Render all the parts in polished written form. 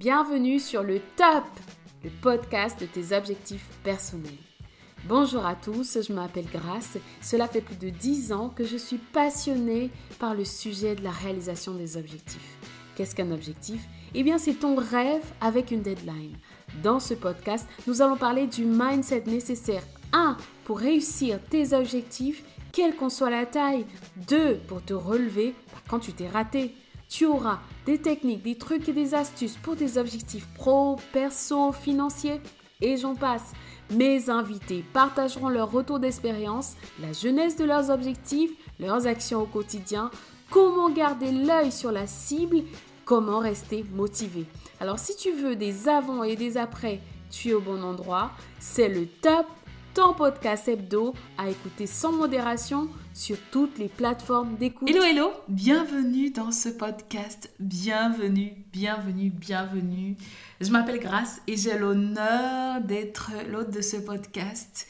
Bienvenue sur le Top, le podcast de tes objectifs personnels. Bonjour à tous, je m'appelle Grace. Cela fait plus de 10 ans que je suis passionnée par le sujet de la réalisation des objectifs. Qu'est-ce qu'un objectif ? Eh bien, c'est ton rêve avec une deadline. Dans ce podcast, nous allons parler du mindset nécessaire. 1. Pour réussir tes objectifs, quelle qu'en soit la taille. 2. Pour te relever quand tu t'es raté. Tu auras des techniques, des trucs et des astuces pour tes objectifs pro, perso, financiers et j'en passe. Mes invités partageront leur retour d'expérience, la jeunesse de leurs objectifs, leurs actions au quotidien, comment garder l'œil sur la cible, comment rester motivé. Alors si tu veux des avant et des après, tu es au bon endroit. C'est le Top, ton podcast hebdo à écouter sans modération sur toutes les plateformes d'écoute. Hello, bienvenue dans ce podcast, bienvenue. Je m'appelle Grace et j'ai l'honneur d'être l'hôte de ce podcast.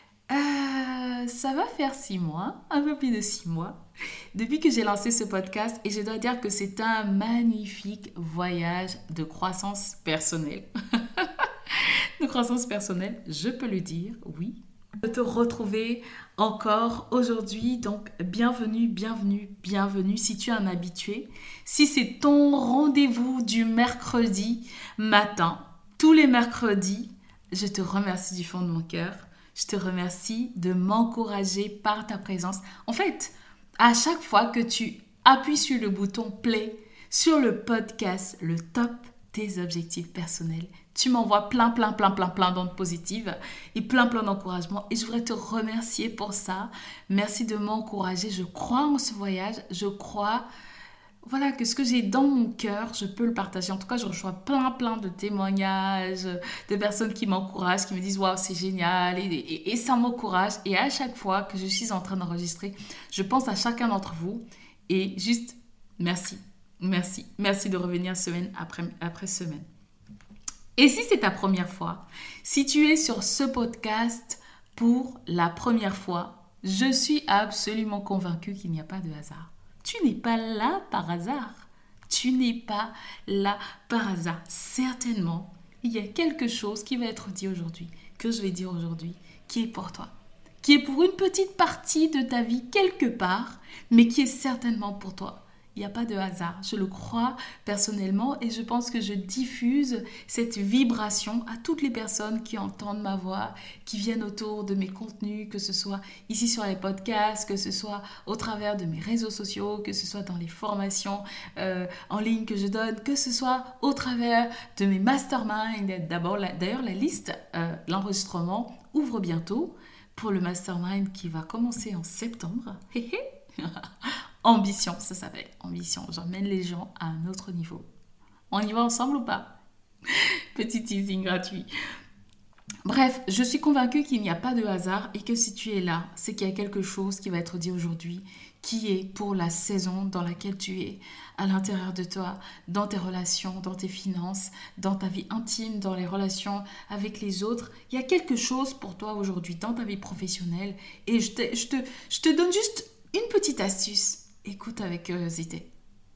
Ça va faire 6 mois, un peu plus de 6 mois, depuis que j'ai lancé ce podcast et je dois dire que c'est un magnifique voyage de croissance personnelle. De croissance personnelle, je peux le dire, oui. De te retrouver encore aujourd'hui, donc bienvenue si tu es un habitué. Si c'est ton rendez-vous du mercredi matin, tous les mercredis, je te remercie du fond de mon cœur. Je te remercie de m'encourager par ta présence. En fait, à chaque fois que tu appuies sur le bouton play sur le podcast, le Top tes objectifs personnels, tu m'envoies plein d'ondes positives et plein d'encouragements et je voudrais te remercier pour ça. Merci de m'encourager. Je crois en ce voyage. Je crois que ce que j'ai dans mon cœur, je peux le partager. En tout cas, je reçois plein de témoignages de personnes qui m'encouragent, qui me disent « Waouh, c'est génial » et ça m'encourage. Et à chaque fois que je suis en train d'enregistrer, je pense à chacun d'entre vous et juste merci de revenir semaine après semaine. Et si c'est ta première fois, si tu es sur ce podcast pour la première fois, je suis absolument convaincue qu'il n'y a pas de hasard. Tu n'es pas là par hasard. Certainement, il y a quelque chose qui va être dit aujourd'hui, que je vais dire aujourd'hui, qui est pour toi, qui est pour une petite partie de ta vie quelque part, mais qui est certainement pour toi. Il n'y a pas de hasard, je le crois personnellement et je pense que je diffuse cette vibration à toutes les personnes qui entendent ma voix, qui viennent autour de mes contenus, que ce soit ici sur les podcasts, que ce soit au travers de mes réseaux sociaux, que ce soit dans les formations en ligne que je donne, que ce soit au travers de mes masterminds. D'ailleurs, la liste, l'enregistrement ouvre bientôt pour le mastermind qui va commencer en septembre. Ambition, ça s'appelle Ambition. J'emmène les gens à un autre niveau. On y va ensemble ou pas ? Petit teasing gratuit. Bref, je suis convaincue qu'il n'y a pas de hasard et que si tu es là, c'est qu'il y a quelque chose qui va être dit aujourd'hui qui est pour la saison dans laquelle tu es, à l'intérieur de toi, dans tes relations, dans tes finances, dans ta vie intime, dans les relations avec les autres. Il y a quelque chose pour toi aujourd'hui dans ta vie professionnelle et je te donne juste une petite astuce. Écoute avec curiosité.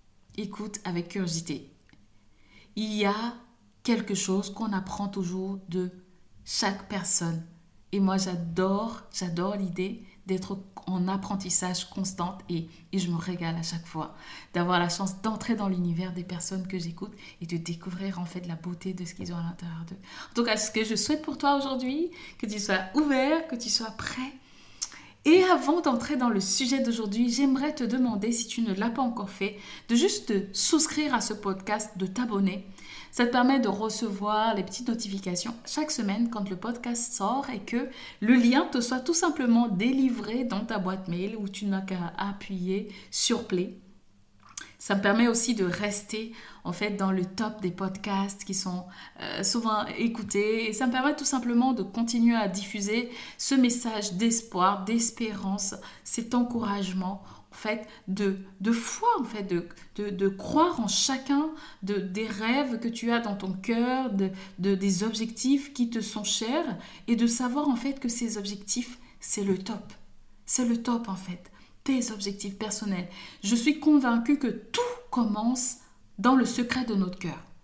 Il y a quelque chose qu'on apprend toujours de chaque personne. Et moi, j'adore l'idée d'être en apprentissage constant et je me régale à chaque fois d'avoir la chance d'entrer dans l'univers des personnes que j'écoute et de découvrir en fait la beauté de ce qu'ils ont à l'intérieur d'eux. En tout cas, ce que je souhaite pour toi aujourd'hui, que tu sois ouvert, que tu sois prêt. Et avant d'entrer dans le sujet d'aujourd'hui, j'aimerais te demander, si tu ne l'as pas encore fait, de juste te souscrire à ce podcast, de t'abonner. Ça te permet de recevoir les petites notifications chaque semaine quand le podcast sort et que le lien te soit tout simplement délivré dans ta boîte mail où tu n'as qu'à appuyer sur play. Ça me permet aussi de rester en fait dans le top des podcasts qui sont souvent écoutés et ça me permet tout simplement de continuer à diffuser ce message d'espoir, d'espérance, cet encouragement en fait de foi en fait de croire en chacun des rêves que tu as dans ton cœur, des objectifs qui te sont chers et de savoir en fait que ces objectifs c'est le top en fait. Tes objectifs personnels. Je suis convaincue que tout commence dans le secret de notre cœur.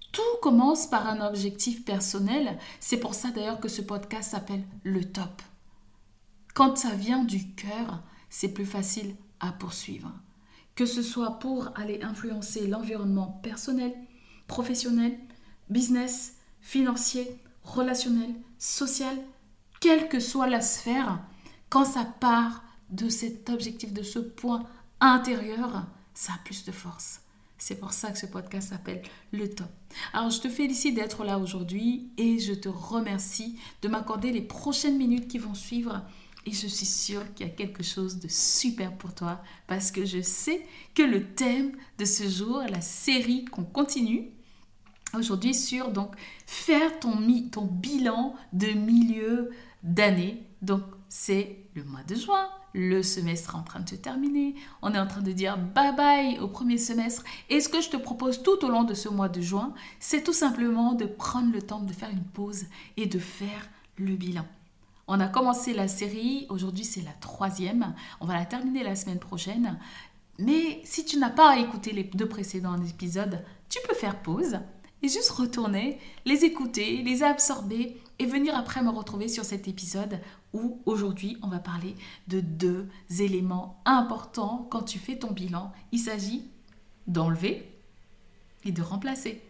Tout commence par un objectif personnel. C'est pour ça d'ailleurs que ce podcast s'appelle Le Top. Quand ça vient du cœur, c'est plus facile à poursuivre. Que ce soit pour aller influencer l'environnement personnel, professionnel, business, financier, relationnel, social, quelle que soit la sphère, quand ça part de cet objectif, de ce point intérieur, ça a plus de force. C'est pour ça que ce podcast s'appelle Le Top. Alors, je te félicite d'être là aujourd'hui et je te remercie de m'accorder les prochaines minutes qui vont suivre. Et je suis sûre qu'il y a quelque chose de super pour toi parce que je sais que le thème de ce jour, la série qu'on continue aujourd'hui sur donc faire ton bilan de milieu d'année. Donc, c'est le mois de juin. Le semestre est en train de se terminer. On est en train de dire bye bye au premier semestre. Et ce que je te propose tout au long de ce mois de juin, c'est tout simplement de prendre le temps de faire une pause et de faire le bilan. On a commencé la série, aujourd'hui c'est la 3e. On va la terminer la semaine prochaine. Mais si tu n'as pas écouté les 2 précédents épisodes, tu peux faire pause et juste retourner, les écouter, les absorber et venir après me retrouver sur cet épisode où aujourd'hui on va parler de 2 éléments importants quand tu fais ton bilan. Il s'agit d'enlever et de remplacer.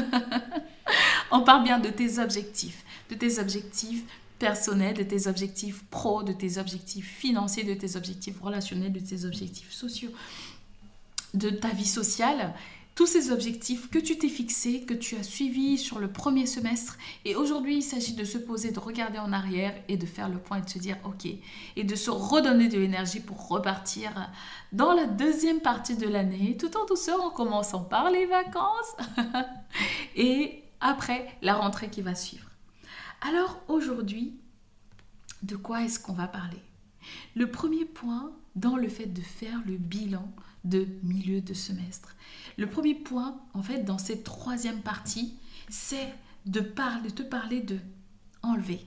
On parle bien de tes objectifs personnels, de tes objectifs pro, de tes objectifs financiers, de tes objectifs relationnels, de tes objectifs sociaux, de ta vie sociale. Tous ces objectifs que tu t'es fixés, que tu as suivis sur le premier semestre. Et aujourd'hui, il s'agit de se poser, de regarder en arrière et de faire le point et de se dire « Ok ». Et de se redonner de l'énergie pour repartir dans la 2e partie de l'année, tout en douceur, en commençant par les vacances et après la rentrée qui va suivre. Alors aujourd'hui, de quoi est-ce qu'on va parler ? Le premier point dans le fait de faire le bilan de milieu de semestre. Le premier point, en fait, dans cette 3e partie, c'est de te parler de enlever.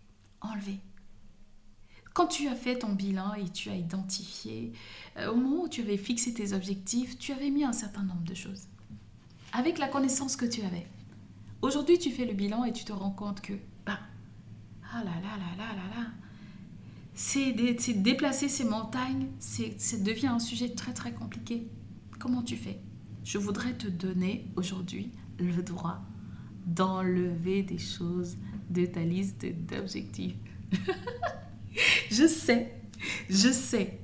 Quand tu as fait ton bilan et tu as identifié, au moment où tu avais fixé tes objectifs, tu avais mis un certain nombre de choses. Avec la connaissance que tu avais. Aujourd'hui, tu fais le bilan et tu te rends compte que, c'est déplacer ces montagnes, ça devient un sujet très très compliqué. Comment tu fais ? Je voudrais te donner aujourd'hui le droit d'enlever des choses de ta liste d'objectifs. Je sais.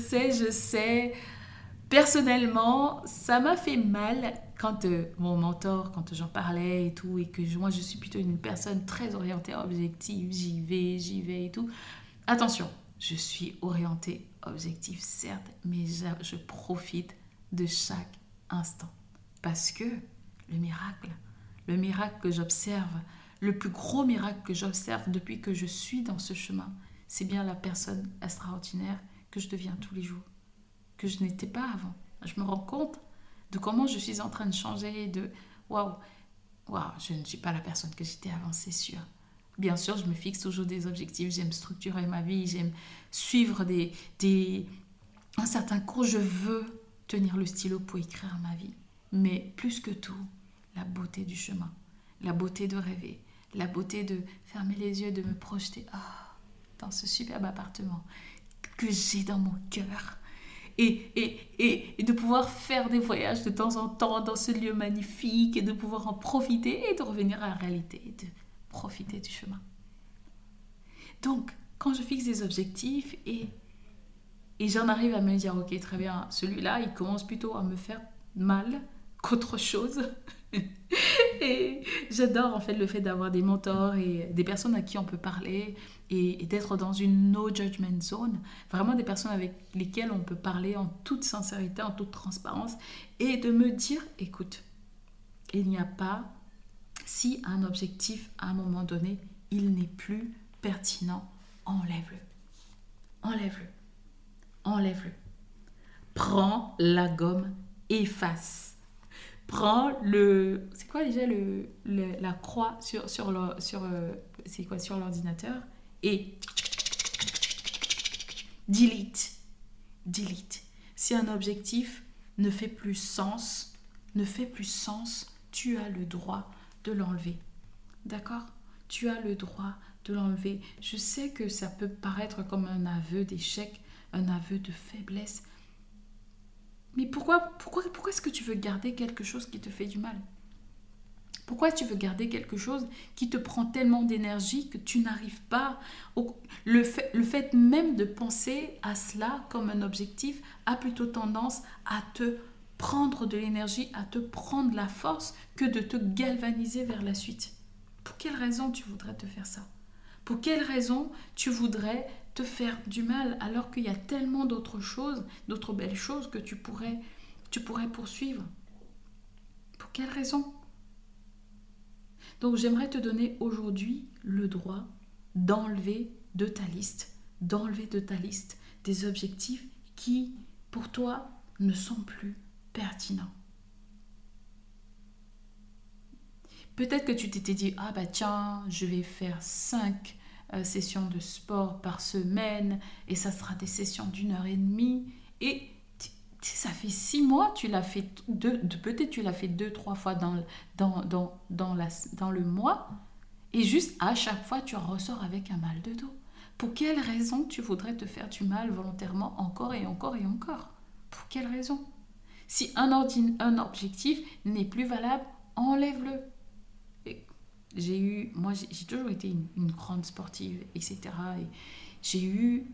Personnellement, ça m'a fait mal quand mon mentor, quand j'en parlais et tout, et que moi je suis plutôt une personne très orientée objectif, j'y vais et tout. Attention, je suis orientée objectif certes, mais je profite de chaque instant. Parce que le miracle que j'observe, le plus gros miracle que j'observe depuis que je suis dans ce chemin, c'est bien la personne extraordinaire que je deviens tous les jours, que je n'étais pas avant. Je me rends compte de comment je suis en train de changer, de waouh, je ne suis pas la personne que j'étais avant, c'est sûr. Bien sûr, je me fixe toujours des objectifs, j'aime structurer ma vie, j'aime suivre un certain cours, je veux tenir le stylo pour écrire ma vie. Mais plus que tout, la beauté du chemin, la beauté de rêver, la beauté de fermer les yeux, de me projeter dans ce superbe appartement que j'ai dans mon cœur. Et de pouvoir faire des voyages de temps en temps dans ce lieu magnifique et de pouvoir en profiter et de revenir à la réalité, de profiter du chemin. Donc, quand je fixe des objectifs et j'en arrive à me dire, ok, très bien, celui-là, il commence plutôt à me faire mal qu'autre chose. Et j'adore en fait le fait d'avoir des mentors et des personnes à qui on peut parler et d'être dans une no judgment zone, vraiment des personnes avec lesquelles on peut parler en toute sincérité, en toute transparence et de me dire, écoute, il n'y a pas, si un objectif à un moment donné, il n'est plus pertinent, enlève-le. Prends la gomme, efface. Prends c'est quoi déjà la croix sur l'ordinateur et delete. Si un objectif ne fait plus sens, tu as le droit de l'enlever. D'accord ? Tu as le droit de l'enlever. Je sais que ça peut paraître comme un aveu d'échec, un aveu de faiblesse. Mais pourquoi est-ce que tu veux garder quelque chose qui te fait du mal ? Pourquoi tu veux garder quelque chose qui te prend tellement d'énergie que tu n'arrives pas... Le fait même de penser à cela comme un objectif a plutôt tendance à te prendre de l'énergie, à te prendre la force que de te galvaniser vers la suite. Pour quelle raison tu voudrais te faire ça ? Pour quelle raison tu voudrais te faire du mal alors qu'il y a tellement d'autres choses, d'autres belles choses que tu pourrais poursuivre ? Pour quelle raison ? Donc j'aimerais te donner aujourd'hui le droit d'enlever de ta liste des objectifs qui, pour toi, ne sont plus pertinents. Peut-être que tu t'étais dit, ah bah tiens, je vais faire 5 sessions de sport par semaine et ça sera des sessions d'1h30 et ça fait 6 mois, tu l'as fait peut-être tu l'as fait 2-3 fois dans le mois et juste à chaque fois tu ressors avec un mal de dos. Pour quelle raison tu voudrais te faire du mal volontairement encore et encore et encore ? Pour quelle raison ? Si un objectif n'est plus valable, enlève-le. J'ai toujours été une grande sportive, etc. Et j'ai eu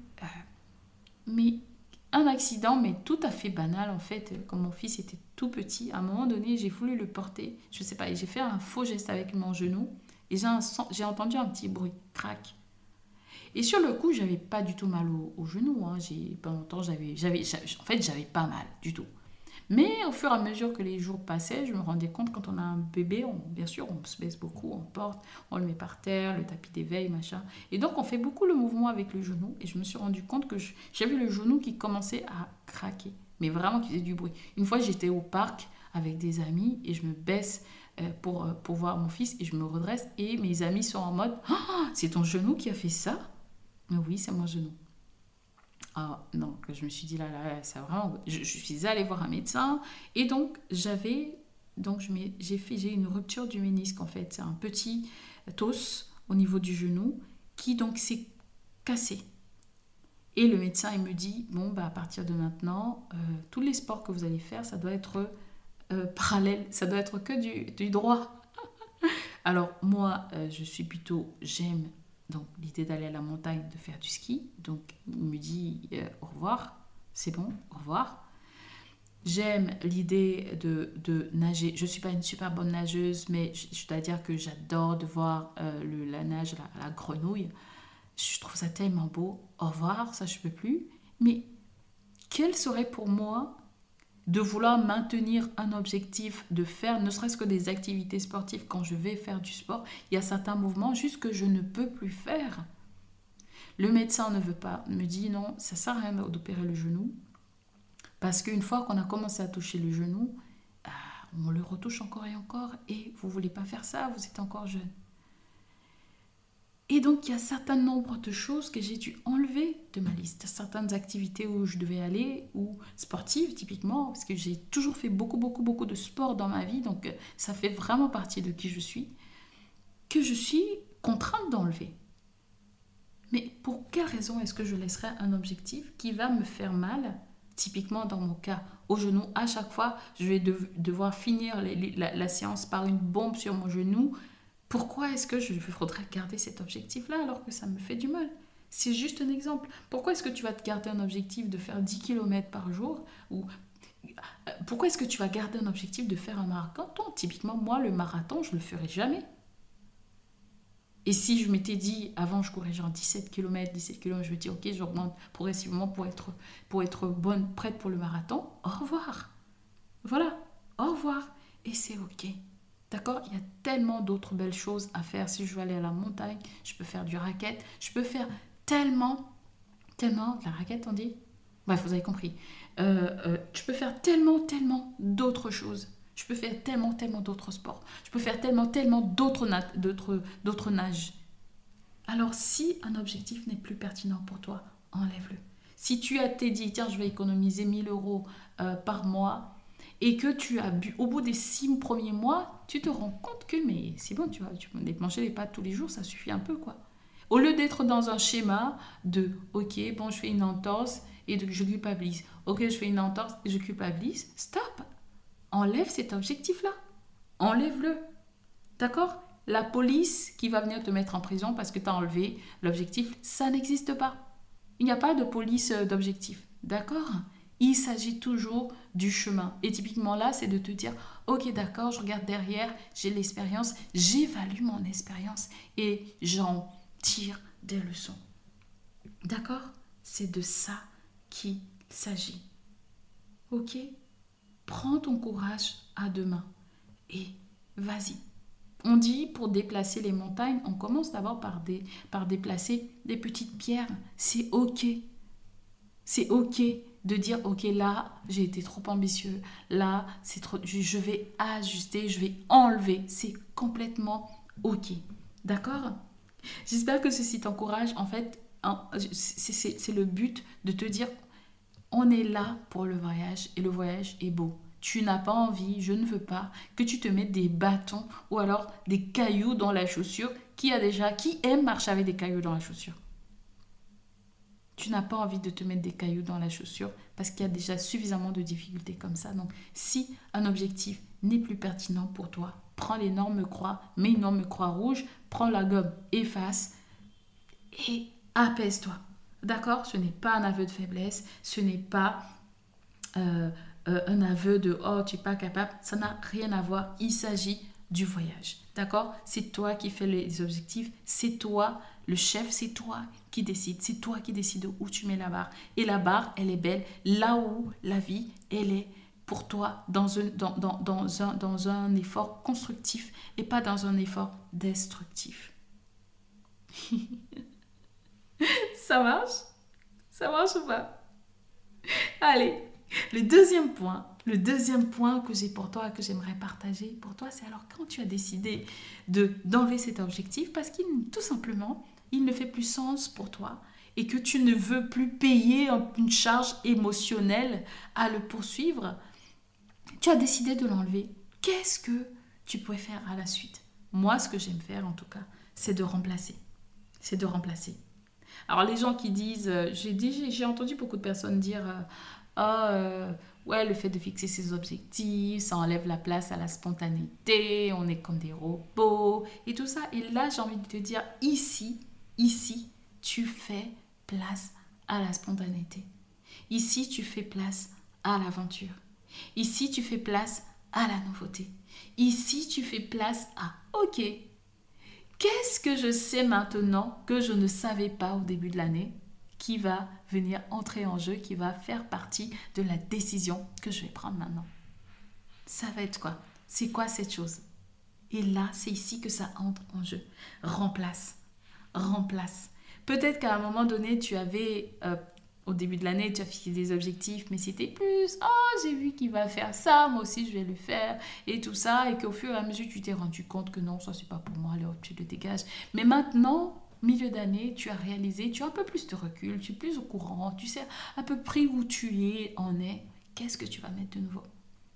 un accident, mais tout à fait banal en fait. Quand mon fils était tout petit, à un moment donné, j'ai voulu le porter. Je sais pas, et j'ai fait un faux geste avec mon genou et j'ai entendu un petit bruit, crac. Et sur le coup, j'avais pas du tout mal au genou. Hein. Pendant longtemps, j'avais pas mal du tout. Mais au fur et à mesure que les jours passaient, je me rendais compte quand on a un bébé, bien sûr, on se baisse beaucoup, on porte, on le met par terre, le tapis d'éveil, machin. Et donc, on fait beaucoup le mouvement avec le genou. Et je me suis rendu compte que j'avais le genou qui commençait à craquer. Mais vraiment qui faisait du bruit. Une fois, j'étais au parc avec des amis et je me baisse pour voir mon fils et je me redresse. Et mes amis sont en mode « Oh, c'est ton genou qui a fait ça ?» Oui, c'est mon genou. Ah non, que je me suis dit là, ça vraiment... Je suis allée voir un médecin et donc j'ai une rupture du ménisque en fait. C'est un petit os au niveau du genou qui donc s'est cassé. Et le médecin il me dit, bon bah à partir de maintenant, tous les sports que vous allez faire, ça doit être parallèle, ça doit être que du droit. Alors moi, j'aime donc l'idée d'aller à la montagne, de faire du ski. Donc il me dit au revoir, c'est bon, au revoir. J'aime l'idée de nager. Je ne suis pas une super bonne nageuse, mais je dois dire que j'adore de voir la nage, la grenouille. Je trouve ça tellement beau. Au revoir, ça je ne peux plus. Mais quel serait pour moi de vouloir maintenir un objectif, de faire ne serait-ce que des activités sportives quand je vais faire du sport. Il y a certains mouvements juste que je ne peux plus faire. Le médecin ne veut pas, me dit non, ça ne sert à rien d'opérer le genou. Parce qu'une fois qu'on a commencé à toucher le genou, on le retouche encore et encore et vous ne voulez pas faire ça, vous êtes encore jeune. Et donc, il y a un certain nombre de choses que j'ai dû enlever de ma liste. Certaines activités où je devais aller, ou sportives typiquement, parce que j'ai toujours fait beaucoup de sport dans ma vie, donc ça fait vraiment partie de qui je suis, que je suis contrainte d'enlever. Mais pour quelle raison est-ce que je laisserais un objectif qui va me faire mal, typiquement dans mon cas, au genou? À chaque fois, je vais devoir finir la séance par une bombe sur mon genou. Pourquoi est-ce que je voudrais garder cet objectif-là alors que ça me fait du mal ? C'est juste un exemple. Pourquoi est-ce que tu vas te garder un objectif de faire 10 km par jour ? Ou pourquoi est-ce que tu vas garder un objectif de faire un marathon ? Typiquement, moi, le marathon, je ne le ferai jamais. Et si je m'étais dit, avant, je courais genre 17 km, je me dis, ok, j'augmente progressivement pour être bonne, prête pour le marathon. Au revoir. Voilà, au revoir. Et c'est ok. D'accord ? Il y a tellement d'autres belles choses à faire. Si je veux aller à la montagne, je peux faire du raquette. Je peux faire tellement... La raquette, on dit ? Bref, vous avez compris. Je peux faire tellement d'autres choses. Je peux faire tellement d'autres sports. Je peux faire tellement d'autres nages. Alors, si un objectif n'est plus pertinent pour toi, enlève-le. Si tu t'es dit, tiens, je vais économiser 1 000 € par mois et que tu as bu, au bout des 6 premiers mois, tu te rends compte que mais c'est bon, tu peux manger les pâtes tous les jours, ça suffit un peu quoi. Au lieu d'être dans un schéma de ok, bon, je fais une entorse et je culpabilise. Ok, je fais une entorse et je culpabilise. Stop. Enlève cet objectif-là. Enlève-le. D'accord? La police qui va venir te mettre en prison parce que tu as enlevé l'objectif, ça n'existe pas. Il n'y a pas de police d'objectif. D'accord? Il s'agit toujours du chemin. Et typiquement là, c'est de te dire, ok, d'accord, je regarde derrière, j'ai l'expérience, j'évalue mon expérience et j'en tire des leçons. D'accord? C'est de ça qu'il s'agit. Ok? Prends ton courage à deux mains et vas-y. On dit pour déplacer les montagnes, on commence d'abord par déplacer des petites pierres. C'est ok. C'est ok de dire ok, là j'ai été trop ambitieux, là c'est trop, je vais ajuster, je vais enlever. C'est complètement ok. D'accord? J'espère que ceci t'encourage. En fait, c'est le but de te dire on est là pour le voyage et le voyage est beau. Tu n'as pas envie, je ne veux pas que tu te mettes des bâtons ou alors des cailloux dans la chaussure. Qui aime marcher avec des cailloux dans la chaussure? Tu n'as pas envie de te mettre des cailloux dans la chaussure parce qu'il y a déjà suffisamment de difficultés comme ça. Donc, si un objectif n'est plus pertinent pour toi, prends l'énorme croix, mets une énorme croix rouge, prends la gomme, efface et apaise-toi. D'accord? Ce n'est pas un aveu de faiblesse, ce n'est pas un aveu de oh, tu n'es pas capable. Ça n'a rien à voir. Il s'agit du voyage. D'accord? C'est toi qui fais les objectifs, c'est toi le chef, c'est toi qui décide, c'est toi qui décides où tu mets la barre. Et la barre, elle est belle là où la vie, elle est pour toi dans un effort constructif et pas dans un effort destructif. Ça marche? Ça marche ou pas? Allez, le deuxième point que j'ai pour toi, que j'aimerais partager pour toi, c'est alors quand tu as décidé d'enlever cet objectif parce qu'il tout simplement, il ne fait plus sens pour toi et que tu ne veux plus payer une charge émotionnelle à le poursuivre, tu as décidé de l'enlever. Qu'est-ce que tu pourrais faire à la suite? Moi, ce que j'aime faire en tout cas, c'est de remplacer. C'est de remplacer. Alors les gens qui disent, j'ai entendu beaucoup de personnes dire ouais, le fait de fixer ses objectifs, ça enlève la place à la spontanéité, on est comme des robots et tout ça. Et là, j'ai envie de te dire, ici, tu fais place à la spontanéité. Ici, tu fais place à l'aventure. Ici, tu fais place à la nouveauté. Ici, tu fais place à ok. Qu'est-ce que je sais maintenant que je ne savais pas au début de l'année qui va venir entrer en jeu, qui va faire partie de la décision que je vais prendre maintenant? Ça va être quoi? C'est quoi cette chose? Et là, c'est ici que ça entre en jeu. Remplace. Peut-être qu'à un moment donné, tu avais, au début de l'année, tu as fixé des objectifs, mais c'était plus, oh, j'ai vu qu'il va faire ça, moi aussi je vais le faire, et tout ça, et qu'au fur et à mesure, tu t'es rendu compte que non, ça c'est pas pour moi, alors tu le dégages. Mais maintenant, milieu d'année, tu as réalisé, tu as un peu plus de recul, tu es plus au courant, tu sais à peu près où tu en es. Qu'est-ce que tu vas mettre de nouveau?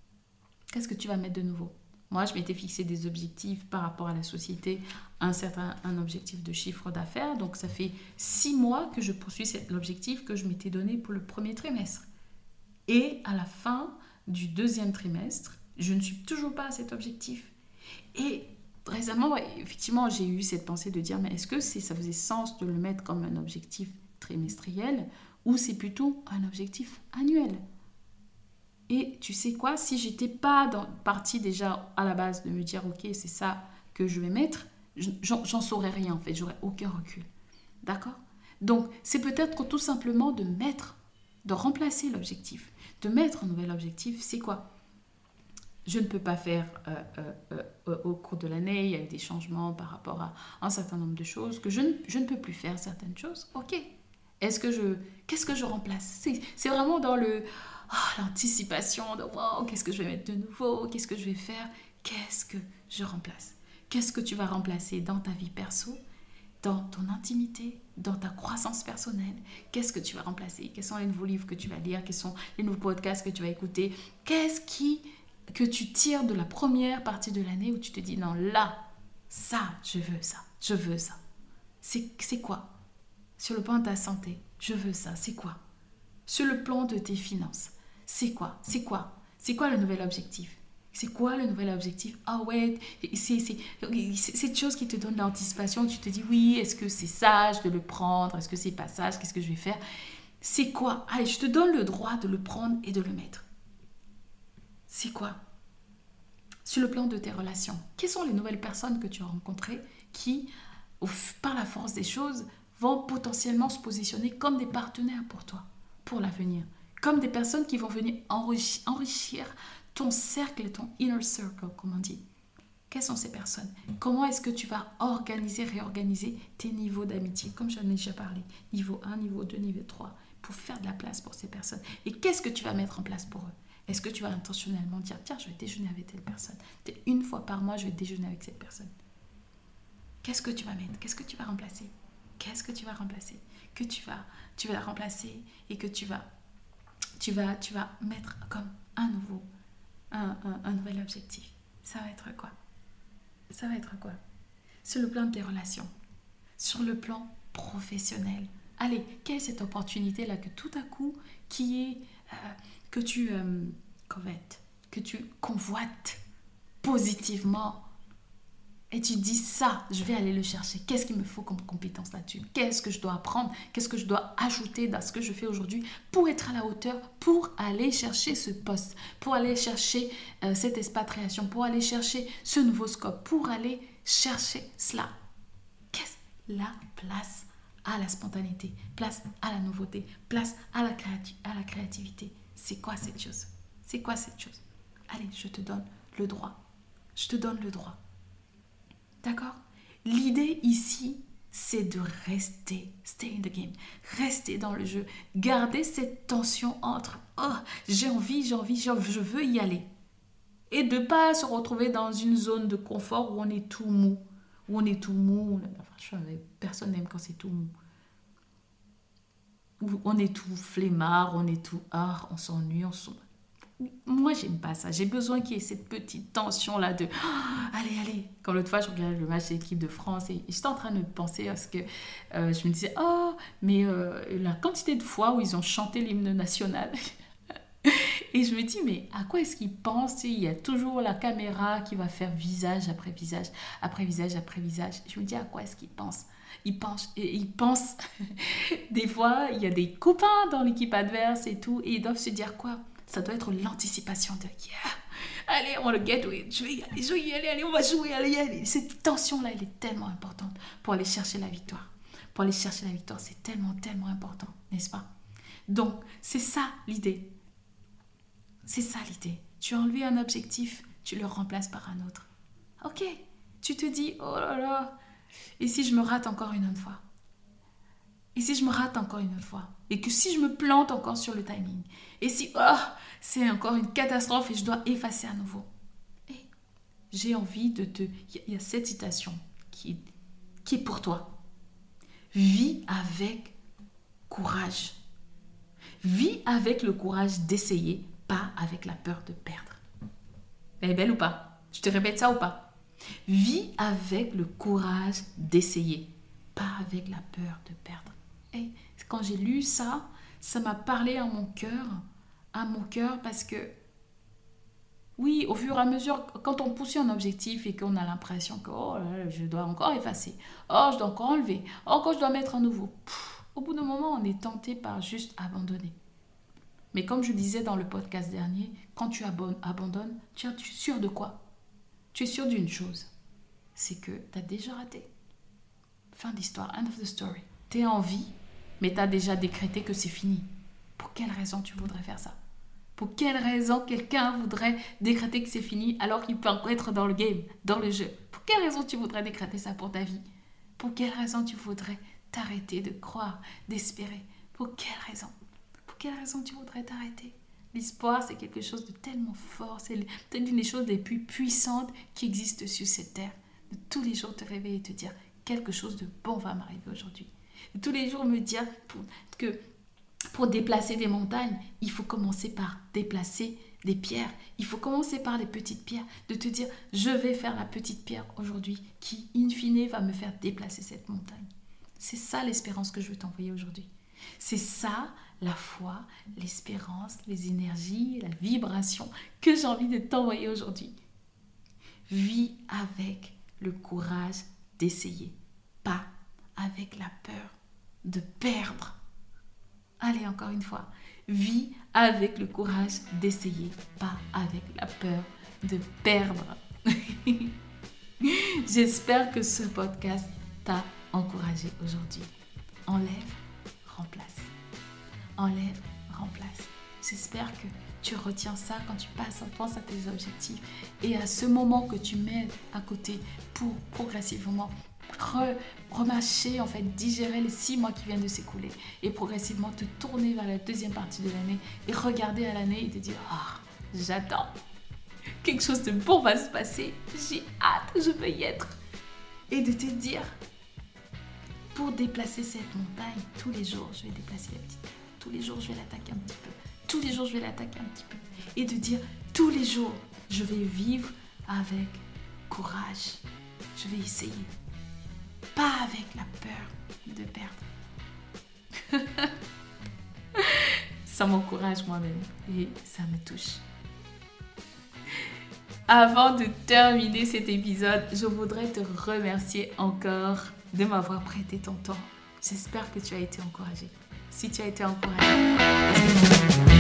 Moi, je m'étais fixé des objectifs par rapport à la société, un objectif de chiffre d'affaires. Donc, ça fait 6 mois que je poursuis l'objectif que je m'étais donné pour le premier trimestre. Et à la fin du deuxième trimestre, je ne suis toujours pas à cet objectif. Et récemment, effectivement, j'ai eu cette pensée de dire, mais est-ce que ça faisait sens de le mettre comme un objectif trimestriel ou c'est plutôt un objectif annuel? Et tu sais quoi, si j'étais pas partie déjà à la base de me dire ok, c'est ça que je vais mettre, j'en saurais rien en fait, j'aurais aucun recul. D'accord? Donc c'est peut-être tout simplement de remplacer l'objectif, de mettre un nouvel objectif. C'est quoi? Je ne peux pas faire au cours de l'année, il y a eu des changements par rapport à un certain nombre de choses, que je ne peux plus faire certaines choses. Ok. Qu'est-ce que je remplace? C'est vraiment dans l'anticipation de wow, qu'est-ce que je vais mettre de nouveau, qu'est-ce que je vais faire, qu'est-ce que je remplace? Qu'est-ce que tu vas remplacer dans ta vie perso dans ton intimité, dans ta croissance personnelle. Qu'est-ce que tu vas remplacer? Quels sont les nouveaux livres que tu vas lire? Quels sont les nouveaux podcasts que tu vas écouter? Que tu tires de la première partie de l'année où tu te dis, non, là, ça, je veux ça. C'est quoi? Sur le plan de ta santé, je veux ça, c'est quoi? Sur le plan de tes finances, c'est quoi? C'est quoi le nouvel objectif? C'est quoi le nouvel objectif? Ah ouais, c'est cette chose qui te donne l'anticipation. Tu te dis, oui, est-ce que c'est sage de le prendre? Est-ce que c'est pas sage? Qu'est-ce que je vais faire? C'est quoi? Allez, je te donne le droit de le prendre et de le mettre. C'est quoi? Sur le plan de tes relations, quelles sont les nouvelles personnes que tu as rencontrées qui, par la force des choses, vont potentiellement se positionner comme des partenaires pour toi, pour l'avenir? Comme des personnes qui vont venir enrichir ton cercle, ton inner circle, comme on dit. Quelles sont ces personnes? Comment est-ce que tu vas réorganiser tes niveaux d'amitié, comme j'en ai déjà parlé, niveau 1, niveau 2, niveau 3, pour faire de la place pour ces personnes? Et qu'est-ce que tu vas mettre en place pour eux? Est-ce que tu vas intentionnellement dire, tiens, je vais déjeuner avec telle personne. Une fois par mois, je vais déjeuner avec cette personne. Qu'est-ce que tu vas mettre? Qu'est-ce que tu vas remplacer? Qu'est-ce que tu vas remplacer? Que tu vas remplacer et que tu vas mettre comme un nouvel objectif. Ça va être quoi? Ça va être quoi? Sur le plan de tes relations, sur le plan professionnel. Allez, quelle est cette opportunité-là que tout à coup, que tu convoites positivement et tu dis ça, je vais aller le chercher. Qu'est-ce qu'il me faut comme compétence là-dessus? Qu'est-ce que je dois apprendre? Qu'est-ce que je dois ajouter dans ce que je fais aujourd'hui pour être à la hauteur, pour aller chercher ce poste, pour aller chercher cette expatriation, pour aller chercher ce nouveau scope, pour aller chercher cela? La place à la spontanéité, place à la nouveauté, place à la créativité. C'est quoi cette chose? C'est quoi cette chose? Allez, je te donne le droit. Je te donne le droit. D'accord? L'idée ici, c'est de stay in the game, rester dans le jeu, garder cette tension entre j'ai envie, je veux y aller. Et de ne pas se retrouver dans une zone de confort où on est tout mou. Personne n'aime quand c'est tout mou. Où on est tout flemmard, on est tout on s'ennuie, Moi, j'aime pas ça. J'ai besoin qu'il y ait cette petite tension-là de allez. Quand l'autre fois, je regardais le match de l'équipe de France et j'étais en train de penser à ce que je me disais, mais la quantité de fois où ils ont chanté l'hymne national. Et je me dis, mais à quoi est-ce qu'ils pensent? Il y a toujours la caméra qui va faire visage après visage, après visage après visage. Je me dis, à quoi est-ce qu'ils pensent? Ils pensent. Des fois, il y a des copains dans l'équipe adverse et tout, et ils doivent se dire quoi? Ça doit être l'anticipation de allez, on va le get with, je vais y aller, allez, on va jouer, allez. Cette tension-là, elle est tellement importante pour aller chercher la victoire. Pour aller chercher la victoire, c'est tellement, tellement important, n'est-ce pas? Donc, c'est ça l'idée. C'est ça l'idée. Tu as enlevé un objectif, tu le remplaces par un autre. Ok, tu te dis, oh là là, et si je me rate encore une autre fois? Et si je me rate encore une autre fois? Et que si je me plante encore sur le timing? Et si c'est encore une catastrophe et je dois effacer à nouveau? Et j'ai envie de te... Il y a cette citation qui est pour toi. Vis avec courage. Vis avec le courage d'essayer, pas avec la peur de perdre. Elle est belle ou pas? Je te répète ça ou pas? Vis avec le courage d'essayer, pas avec la peur de perdre. Et quand j'ai lu ça, ça m'a parlé à mon cœur parce que oui, au fur et à mesure, quand on pousse un objectif et qu'on a l'impression que je dois encore effacer, je dois encore enlever, encore je dois mettre un nouveau. Au bout d'un moment, on est tenté par juste abandonner. Mais comme je disais dans le podcast dernier, quand tu abandonnes, tu es sûr de quoi? Tu es sûr d'une chose, c'est que tu as déjà raté. Fin d'histoire, end of the story. Tu es en vie, mais tu as déjà décrété que c'est fini. Pour quelle raison tu voudrais faire ça? Pour quelle raison quelqu'un voudrait décréter que c'est fini alors qu'il peut encore être dans le game, dans le jeu? Pour quelle raison tu voudrais décréter ça pour ta vie? Pour quelle raison tu voudrais t'arrêter de croire, d'espérer? Pour quelle raison? Pour quelle raison tu voudrais t'arrêter? L'espoir, c'est quelque chose de tellement fort. C'est peut-être une des choses les plus puissantes qui existent sur cette terre. De tous les jours te réveiller et te dire, quelque chose de bon va m'arriver aujourd'hui. Et tous les jours me dire que pour déplacer des montagnes, il faut commencer par déplacer des pierres. Il faut commencer par les petites pierres. De te dire, je vais faire la petite pierre aujourd'hui qui, in fine, va me faire déplacer cette montagne. C'est ça l'espérance que je veux t'envoyer aujourd'hui. C'est ça la foi, l'espérance, les énergies, la vibration que j'ai envie de t'envoyer aujourd'hui. Vis avec le courage d'essayer, pas avec la peur de perdre. Allez, encore une fois, vis avec le courage d'essayer, pas avec la peur de perdre. J'espère que ce podcast t'a encouragé aujourd'hui. Enlève, remplace. Enlève, remplace. J'espère que tu retiens ça quand tu penses à tes objectifs et à ce moment que tu mets à côté pour progressivement remarcher, en fait, digérer les 6 mois qui viennent de s'écouler et progressivement te tourner vers la deuxième partie de l'année et regarder à l'année et te dire « Ah, j'attends, quelque chose de bon va se passer, j'ai hâte, je veux y être » et de te dire « Pour déplacer cette montagne, tous les jours, je vais déplacer la petite pierre, tous les jours, je vais l'attaquer un petit peu, tous les jours, je vais l'attaquer un petit peu » et de dire « Tous les jours, je vais vivre avec courage, je vais essayer. » Pas avec la peur de perdre. Ça m'encourage moi-même et ça me touche. Avant de terminer cet épisode, je voudrais te remercier encore de m'avoir prêté ton temps. J'espère que tu as été encouragé. Si tu as été encouragé,